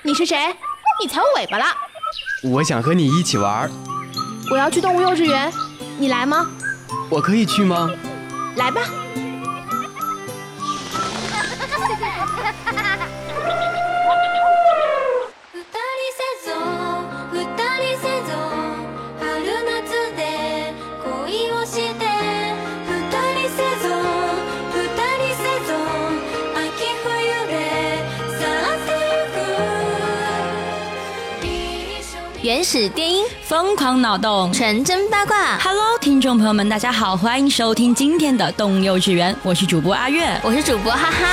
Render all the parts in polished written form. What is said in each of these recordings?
你是谁？你踩我尾巴了。 我想和你一起玩。 我要去动物幼稚园，你来吗？ 我可以去吗？ 来吧。 原始电音， 疯狂脑洞， 纯真八卦。 Hello， 听众朋友们，大家好，欢迎收听今天的动物幼稚园，我是主播阿月， 我是主播哈哈。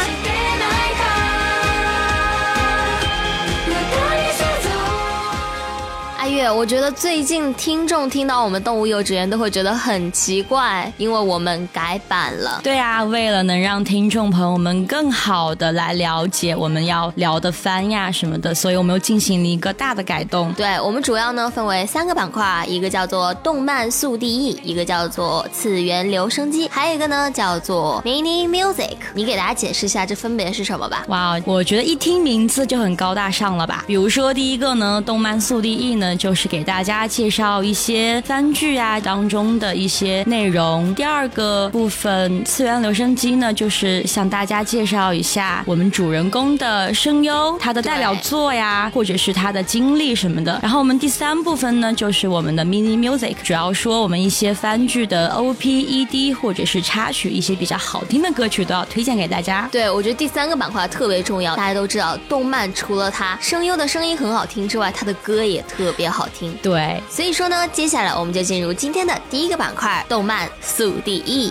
阿月，我觉得最近听众听到我们动物幼稚园都会觉得很奇怪，因为我们改版了。 对啊，为了能让听众朋友们更好的来了解我们要聊的番呀什么的，所以我们又进行了一个大的改动。 对，我们主要呢分为3个板块，一个叫做动漫速递译，一个叫做次元留声机，还有一个呢叫做 Mini Music。你给大家解释一下这分别是什么吧。 哇，我觉得一听名字就很高大上了吧。比如说第一个呢，动漫速递译呢就是给大家介绍一些番剧啊当中的一些内容。第二个部分次元留声机呢，就是向大家介绍一下我们主人公的声优，他的代表作呀，或者是他的经历什么的。然后我们第3部分呢，就是我们的 Mini Music， 主要说我们一些番剧的 OP、ED 或者是插曲，一些比较好听的歌曲都要推荐给大家。 对，我觉得第3个板块特别重要。大家都知道，动漫除了他声优的声音很好听之外，他的歌也特别好听。 对， 所以说呢，接下来我们就进入今天的第一个板块——动漫速递译。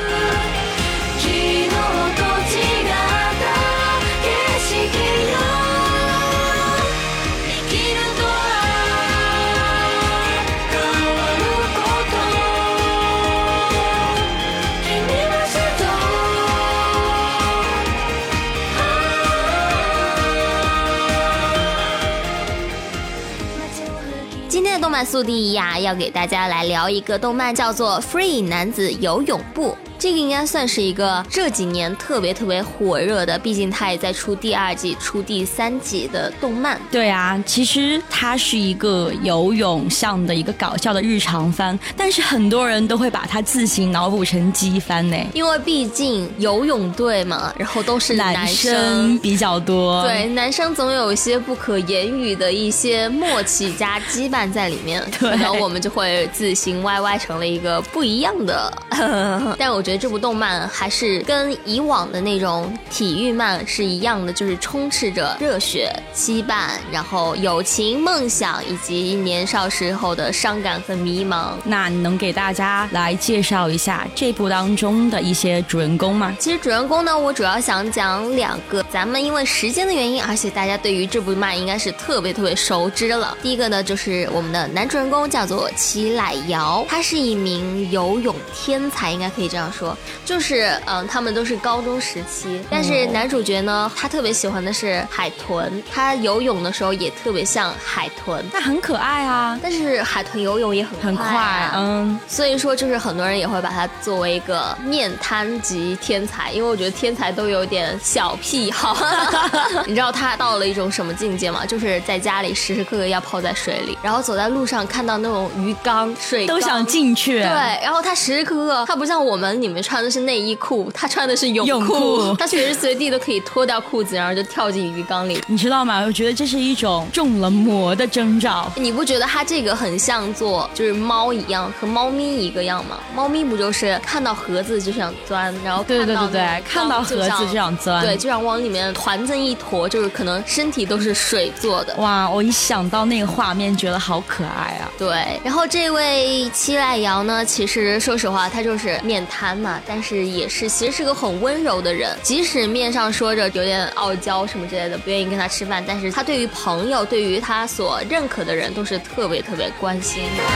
今天的动漫速递译呀，要给大家来聊一个动漫，叫做 Free 男子游泳部。这个应该算是一个这几年特别火热的，毕竟它也在出第2季、出第3季的动漫。 对啊，其实它是一个游泳向的一个搞笑的日常番，但是很多人都会把它自行脑补成机番呢， 因为毕竟游泳队嘛，然后都是男生比较多。 对，男生总有一些不可言语的一些默契加羁绊在里面，然后我们就会自行歪成了一个不一样的但我觉得这部动漫还是跟以往的那种体育漫是一样的，就是充斥着热血、羁绊，然后友情、梦想以及年少时候的伤感和迷茫。 那你能给大家来介绍一下这部当中的一些主人公吗？ 其实主人公呢，我主要想讲2个，咱们因为时间的原因，而且大家对于这部漫应该是特别熟知了。第一个呢，就是我们的男主人公叫做齐濑遥，他是一名游泳天才，应该可以这样说，就是他们都是高中时期，但是男主角呢，他特别喜欢的是海豚，他游泳的时候也特别像海豚， 那很可爱啊。 但是海豚游泳也很快，所以说就是很多人也会把他作为一个面瘫级天才，因为我觉得天才都有点小癖好你知道他到了一种什么境界吗？就是在家里时时刻刻要泡在水里，然后走在路上看到那种鱼缸、水缸都想进去。 对，然后他时时刻刻，他不像我们，你们穿的是内衣裤，他穿的是泳裤，他随时随地都可以脱掉裤子，然后就跳进鱼缸里。 你知道吗？我觉得这是一种中了魔的征兆。 你不觉得他这个很像做就是猫一样，和猫咪一个样吗？猫咪不就是看到盒子就想钻，然后对，看到盒子就想钻， 对，就想往里面团成一坨，就是可能身体都是水做的。 哇，我一想到那个画面，觉得好可爱啊。 对，然后这位齐濑遥呢，其实说实话，他就是面瘫嘛，但是也是其实是个很温柔的人，即使面上说着有点傲娇什么之类的，不愿意跟他吃饭，但是他对于朋友，对于他所认可的人，都是特别关心的。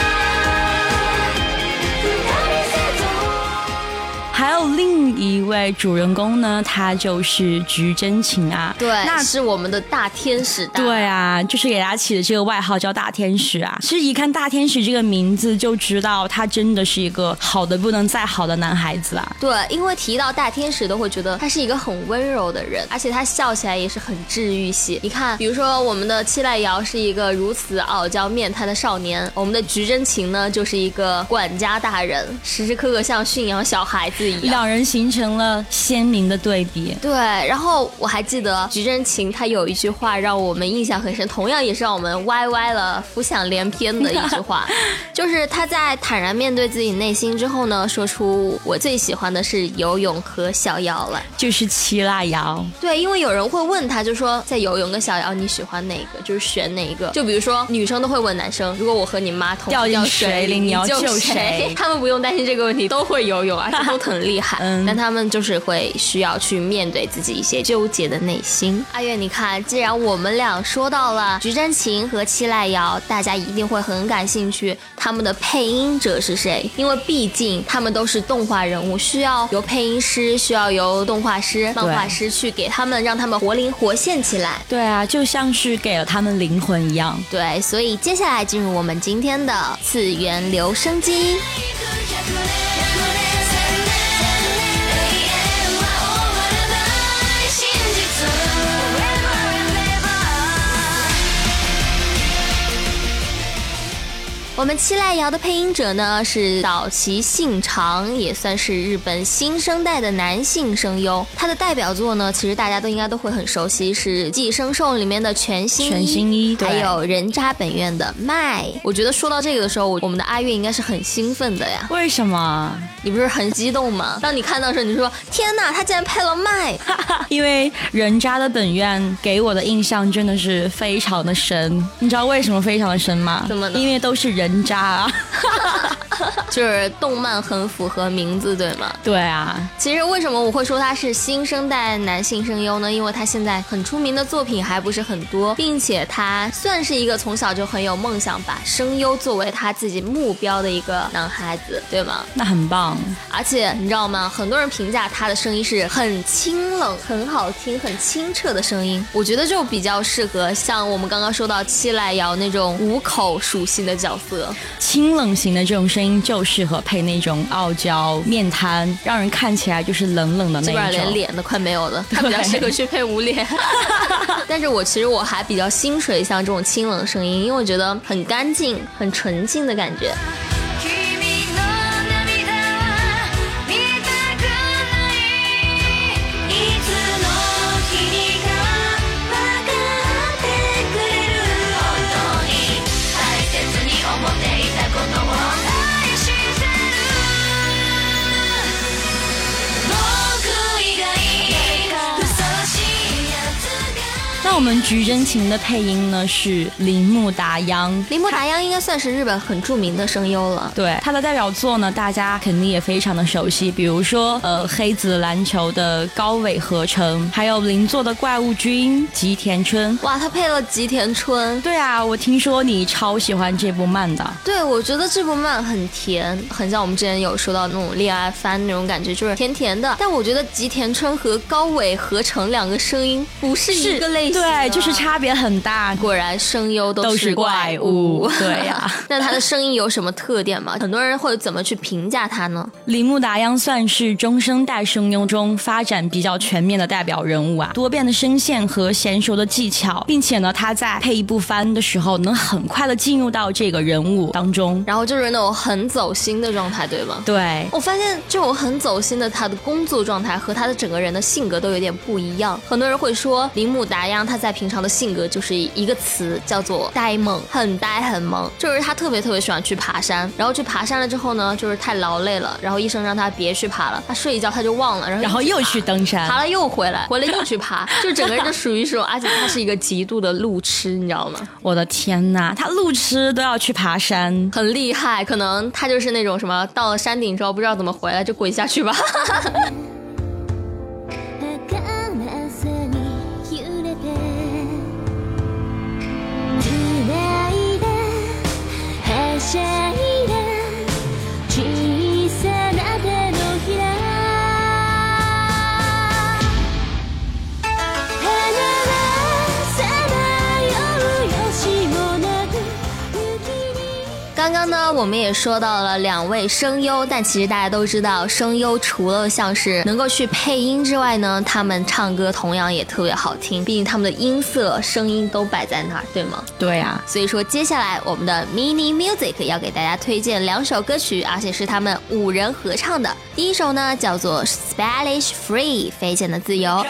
还有另一位位主人公呢，他就是菊真琴啊。 对，那是我们的大天使。 对啊，就是给他起的这个外号叫大天使啊。其实一看大天使这个名字就知道他真的是一个好的不能再好的男孩子啊。 对，因为提到大天使都会觉得他是一个很温柔的人，而且他笑起来也是很治愈系。你看，比如说我们的七濑遥是一个如此傲娇面瘫的少年，我们的菊真琴呢就是一个管家大人，时时刻刻像驯养小孩子一样， 两人形成了鲜明的对比。 对，然后我还记得菊真琴他有一句话让我们印象很深，同样也是让我们歪歪了浮想联翩的一句话就是他在坦然面对自己内心之后呢，说出我最喜欢的是游泳和小遥了， 就是七濑遥。 对，因为有人会问他，就说在游泳跟小遥你喜欢哪个，就是选哪一个。就比如说女生都会问男生，如果我和你妈同时掉进水里，你要救谁？ 他们不用担心这个问题，都会游泳，而且都很厉害但他们就是会需要去面对自己一些纠结的内心。阿月，你看，既然我们俩说到了菊真琴和七濑遥，大家一定会很感兴趣他们的配音者是谁，因为毕竟他们都是动画人物，需要由配音师，需要由动画师、漫画师去给他们，让他们活灵活现起来。 对啊，就像是给了他们灵魂一样。 对，所以接下来进入我们今天的次元留声机。我们七濑遥的配音者呢是岛崎信长，也算是日本新生代的男性声优。他的代表作呢，其实大家都应该都会很熟悉，是《寄生兽》里面的全新一，还有人渣本院的麦。我觉得说到这个的时候，我们的阿月应该是很兴奋的呀。 为什么？ 你不是很激动吗？当你看到的时候，你说天哪，他竟然配了麦！ 因为人渣的本院给我的印象真的是非常的深。你知道为什么非常的深吗？ 怎么呢？ 因为都是人渣啊。 就是动漫很符合名字，对吗？ 对啊。 其实为什么我会说他是新生代男性声优呢？因为他现在很出名的作品还不是很多，并且他算是一个从小就很有梦想，把声优作为他自己目标的一个男孩子，对吗？ 那很棒。 而且你知道吗？很多人评价他的声音是很清冷、很好听、很清澈的声音。我觉得就比较适合像我们刚刚说到七濑遥那种五口属性的角色。 清冷型的这种声音就适合配那种傲娇面瘫，让人看起来就是冷冷的那一种，基本上连脸都快没有了。他比较适合去配无脸。但是其实我还比较心水像这种清冷声音，因为我觉得很干净、很纯净的感觉。 那我们菊真琴的配音呢是铃木达央。 铃木达央应该算是日本很著名的声优了。 对，他的代表作呢大家肯定也非常的熟悉，比如说黑子篮球的高尾和成，还有邻座的怪物君吉田春。 哇，他配了吉田春。 对啊，我听说你超喜欢这部漫的。 对，我觉得这部漫很甜，很像我们之前有说到那种恋爱番那种感觉，就是甜甜的。但我觉得吉田春和高尾和成两个声音不是一个类型。 对，就是差别很大。 果然声优都是怪物。 对呀。 那他的声音有什么特点吗？很多人会怎么去评价他呢？ 铃木达央算是中生代声优中发展比较全面的代表人物啊，多变的声线和娴熟的技巧，并且呢，他在配一部番的时候能很快的进入到这个人物当中， 然后就是那种很走心的状态，对吗？ 对， 我发现这种很走心的他的工作状态和他的整个人的性格都有点不一样。很多人会说铃木达央他在平常的性格就是一个词叫做呆萌，很呆很萌，就是他特别喜欢去爬山，然后去爬山了之后呢，就是太劳累了，然后医生让他别去爬了，他睡一觉他就忘了，然后又去登山， 爬了又回来又去爬，就整个人就属于这种，而且他是一个极度的路痴，你知道吗？ 我的天哪，他路痴都要去爬山， 很厉害。可能他就是那种什么到了山顶之后不知道怎么回来，就滚下去吧。 刚刚呢，我们也说到了2位声优，但其实大家都知道，声优除了像是能够去配音之外呢，他们唱歌同样也特别好听，毕竟他们的音色、声音都摆在那儿，对吗？ 对啊， 所以说接下来我们的 Mini Music 要给大家推荐2首歌曲，而且是他们5人合唱的。第一首呢叫做 Spanish Free 飞剑的自由。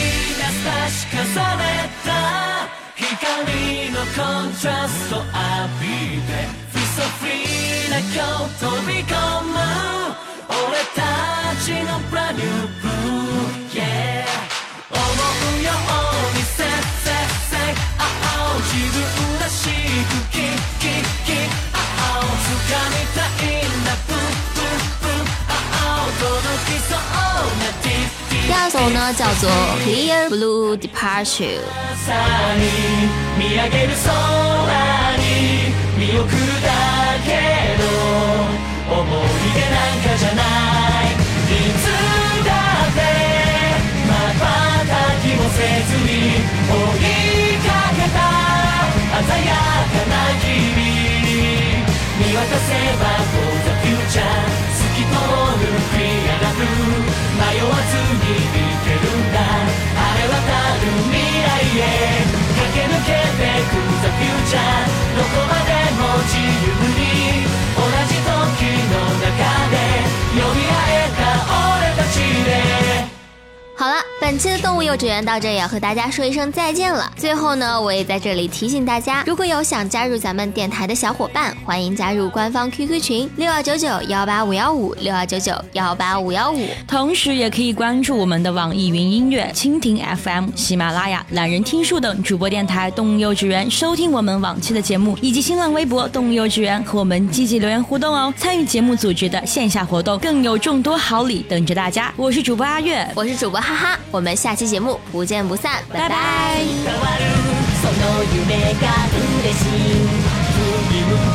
光のコントラスト浴びて Feel so free な今日飛び込む俺たちの Brand new blue Yeah 思うように Say say say Oh 自分らしく Kick kick kick Oh 掴みたいんだ Boom boom boom Oh 届きそうな Deep deep 第二首呢叫做 Clear Blue Departure。 見上げる空に見送るだけど思い出なんかじゃないいつだって瞬きもせずに追いかけた鮮やかな日々見渡せば For the future 透き通るクリアなブルー迷わずに行けるんだ晴れ渡る未来へ駆け抜けてく The future どこまでも自由に同じ時の中で呼び合えた俺たちで好了，本期的动物幼稚园到这也要和大家说一声再见了。最后呢，我也在这里提醒大家，如果有想加入咱们电台的小伙伴，欢迎加入官方 QQ 群6299-18515，6299-18515。 同时也可以关注我们的网易云音乐、蜻蜓 FM、喜马拉雅、懒人听书等主播电台动物幼稚园，收听我们往期的节目，以及新浪微博动物幼稚园和我们积极留言互动哦。参与节目组织的线下活动，更有众多好礼等着大家。我是主播阿月， 我是主播哈哈，我们下期节目不见不散，拜拜。 その夢が嬉しい振り向